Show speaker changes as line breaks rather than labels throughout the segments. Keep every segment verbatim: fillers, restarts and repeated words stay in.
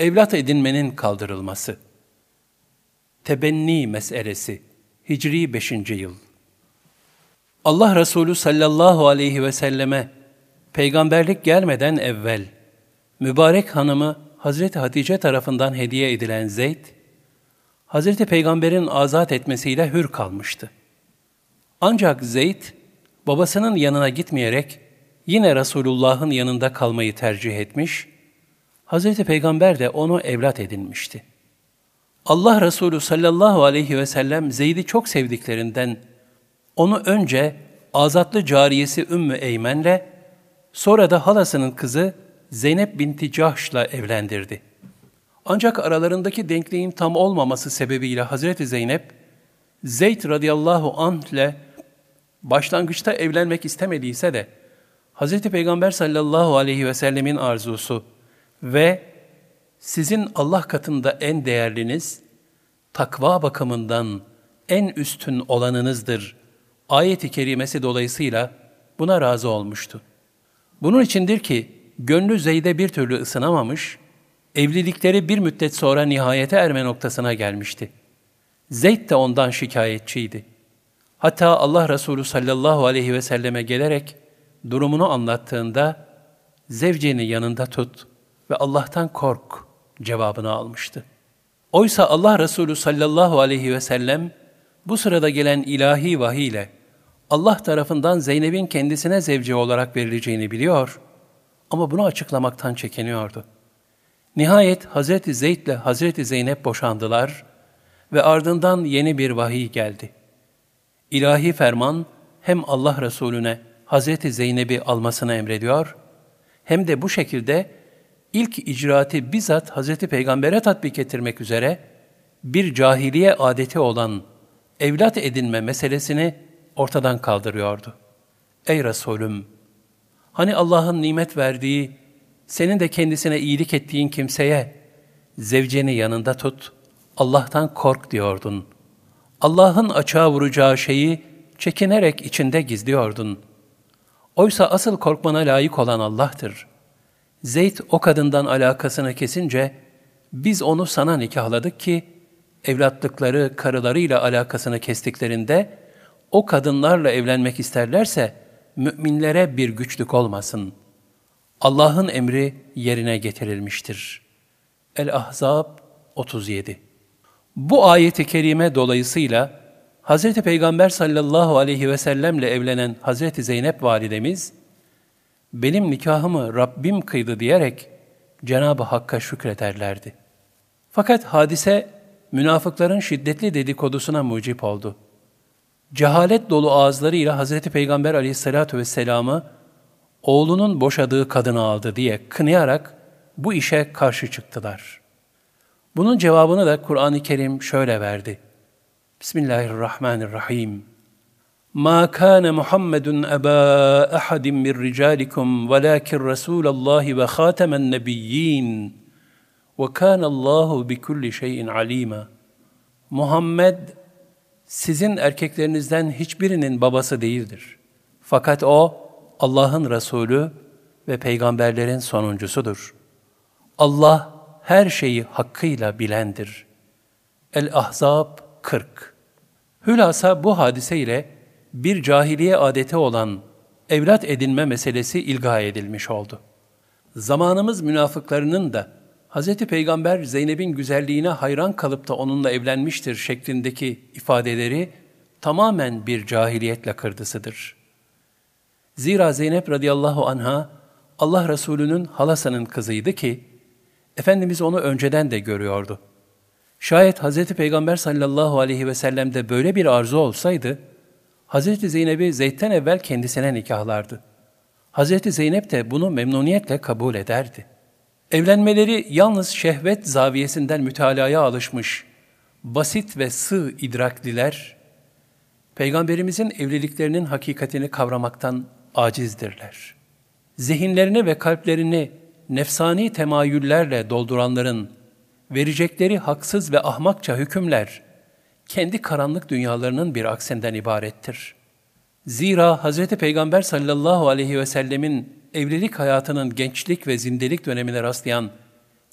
Evlat edinmenin kaldırılması. Tebenni meselesi. Hicri beşinci yıl. Allah Resulü sallallahu aleyhi ve selleme peygamberlik gelmeden evvel mübarek hanımı Hazreti Hatice tarafından hediye edilen Zeyd, Hazreti Peygamber'in azat etmesiyle hür kalmıştı. Ancak Zeyd, babasının yanına gitmeyerek yine Resulullah'ın yanında kalmayı tercih etmiş, Hazreti Peygamber de onu evlat edinmişti. Allah Resulü sallallahu aleyhi ve sellem Zeyd'i çok sevdiklerinden onu önce azatlı cariyesi Ümmü Eymen'le, sonra da halasının kızı Zeynep binti Cahş'la evlendirdi. Ancak aralarındaki denkliğin tam olmaması sebebiyle Hazreti Zeynep, Zeyd radıyallahu anh ile başlangıçta evlenmek istemediyse de, Hazreti Peygamber sallallahu aleyhi ve sellemin arzusu ve sizin Allah katında en değerliniz, takva bakımından en üstün olanınızdır ayet-i kerimesi dolayısıyla buna razı olmuştu. Bunun içindir ki gönlü Zeyd'e bir türlü ısınamamış, evlilikleri bir müddet sonra nihayete erme noktasına gelmişti. Zeyd de ondan şikayetçiydi. Hatta Allah Resulü sallallahu aleyhi ve selleme gelerek durumunu anlattığında zevceni yanında tut ve Allah'tan kork cevabını almıştı. Oysa Allah Resulü sallallahu aleyhi ve sellem bu sırada gelen ilahi vahiy ile Allah tarafından Zeynep'in kendisine zevci olarak verileceğini biliyor ama bunu açıklamaktan çekiniyordu. Nihayet Hazreti Zeyd ile Hazreti Zeynep boşandılar ve ardından yeni bir vahiy geldi. İlahi ferman hem Allah Resulüne Hazreti Zeynep'i almasını emrediyor, hem de bu şekilde ilk icraatı bizzat Hazreti Peygamber'e tatbik ettirmek üzere bir cahiliye adeti olan evlat edinme meselesini ortadan kaldırıyordu. Ey Resulüm! Hani Allah'ın nimet verdiği, senin de kendisine iyilik ettiğin kimseye zevceni yanında tut, Allah'tan kork diyordun. Allah'ın açığa vuracağı şeyi çekinerek içinde gizliyordun. Oysa asıl korkmana layık olan Allah'tır. Zeyd o kadından alakasını kesince, biz onu sana nikahladık ki, evlatlıkları karılarıyla alakasını kestiklerinde, o kadınlarla evlenmek isterlerse, müminlere bir güçlük olmasın. Allah'ın emri yerine getirilmiştir. El-Ahzab otuz yedi. Bu ayet-i kerime dolayısıyla, Hazreti Peygamber sallallahu aleyhi ve sellemle evlenen Hazreti Zeynep validemiz, benim nikahımı Rabbim kıydı diyerek Cenab-ı Hakk'a şükrederlerdi. Fakat hadise münafıkların şiddetli dedikodusuna mucip oldu. Cehalet dolu ağızlarıyla Hazreti Peygamber aleyhissalatu vesselam'ı oğlunun boşadığı kadını aldı diye kınayarak bu işe karşı çıktılar. Bunun cevabını da Kur'an-ı Kerim şöyle verdi. Bismillahirrahmanirrahim. مَا كَانَ مُحَمَّدٌ أَبَا أَحَدٍ مِّنْ رِجَالِكُمْ وَلَكِنْ رَسُولَ اللّٰهِ وَخَاتَمَ النَّبِيِّينَ وَكَانَ اللّٰهُ بِكُلِّ شَيْءٍ عَلِيمًا. Muhammed, sizin erkeklerinizden hiçbirinin babası değildir. Fakat o, Allah'ın Resulü ve peygamberlerin sonuncusudur. Allah, her şeyi hakkıyla bilendir. El-Ahzab kırk. Hülasa bu hadise ile bir cahiliye adeti olan evlat edinme meselesi ilga edilmiş oldu. Zamanımız münafıklarının da Hz. Peygamber Zeynep'in güzelliğine hayran kalıp da onunla evlenmiştir şeklindeki ifadeleri tamamen bir cahiliyet lakırdısıdır. Zira Zeynep radıyallahu anha Allah Resulü'nün halasının kızıydı ki, Efendimiz onu önceden de görüyordu. Şayet Hz. Peygamber sallallahu aleyhi ve sellem'de böyle bir arzu olsaydı, Hz. Zeynep'i Zeyd'den evvel kendisine nikahlardı. Hz. Zeynep de bunu memnuniyetle kabul ederdi. Evlenmeleri yalnız şehvet zaviyesinden mütalaya alışmış, basit ve sığ idrakliler, Peygamberimizin evliliklerinin hakikatini kavramaktan acizdirler. Zihinlerini ve kalplerini nefsani temayüllerle dolduranların verecekleri haksız ve ahmakça hükümler, kendi karanlık dünyalarının bir aksinden ibarettir. Zira Hz. Peygamber sallallahu aleyhi ve sellemin evlilik hayatının gençlik ve zindelik dönemine rastlayan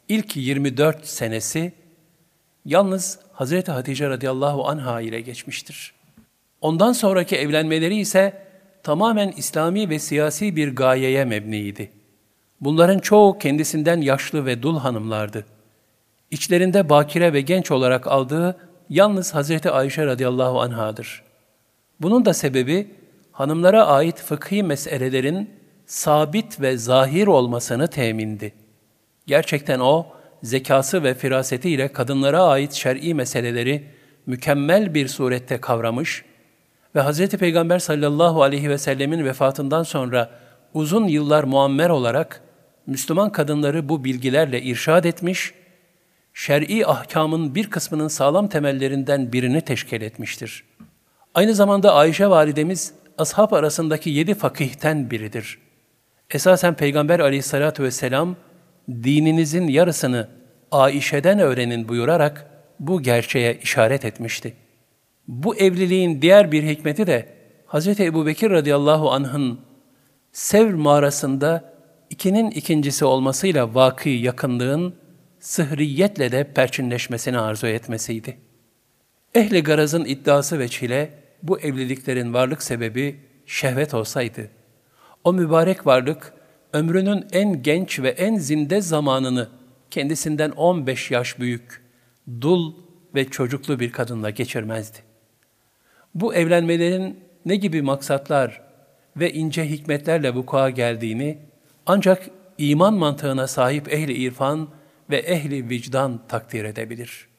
ilk yirmi dört senesi yalnız Hazreti Hatice radıyallahu anha ile geçmiştir. Ondan sonraki evlenmeleri ise tamamen İslami ve siyasi bir gayeye mebniydi. Bunların çoğu kendisinden yaşlı ve dul hanımlardı. İçlerinde bakire ve genç olarak aldığı yalnız Hazreti Ayşe radıyallahu anhadır. Bunun da sebebi hanımlara ait fıkhi meselelerin sabit ve zahir olmasını temindi. Gerçekten o, zekası ve firasetiyle kadınlara ait şer'i meseleleri mükemmel bir surette kavramış ve Hz. Peygamber sallallahu aleyhi ve sellemin vefatından sonra uzun yıllar muammer olarak Müslüman kadınları bu bilgilerle irşad etmiş, şer'i ahkamın bir kısmının sağlam temellerinden birini teşkil etmiştir. Aynı zamanda Ayşe validemiz, ashab arasındaki yedi fakihten biridir. Esasen Peygamber aleyhissalatu vesselam, dininizin yarısını Ayşe'den öğrenin buyurarak bu gerçeğe işaret etmişti. Bu evliliğin diğer bir hikmeti de Hz. Ebubekir radıyallahu anh'ın Sevr mağarasında ikinin ikincisi olmasıyla vakı yakınlığın sıhriyetle de perçinleşmesini arzu etmesiydi. Ehli garazın iddiası veçile bu evliliklerin varlık sebebi şehvet olsaydı, o mübarek varlık ömrünün en genç ve en zinde zamanını kendisinden on beş yaş büyük, dul ve çocuklu bir kadınla geçirmezdi. Bu evlenmelerin ne gibi maksatlar ve ince hikmetlerle vuku'a geldiğini ancak iman mantığına sahip ehli irfan ve ehli vicdan takdir edebilir.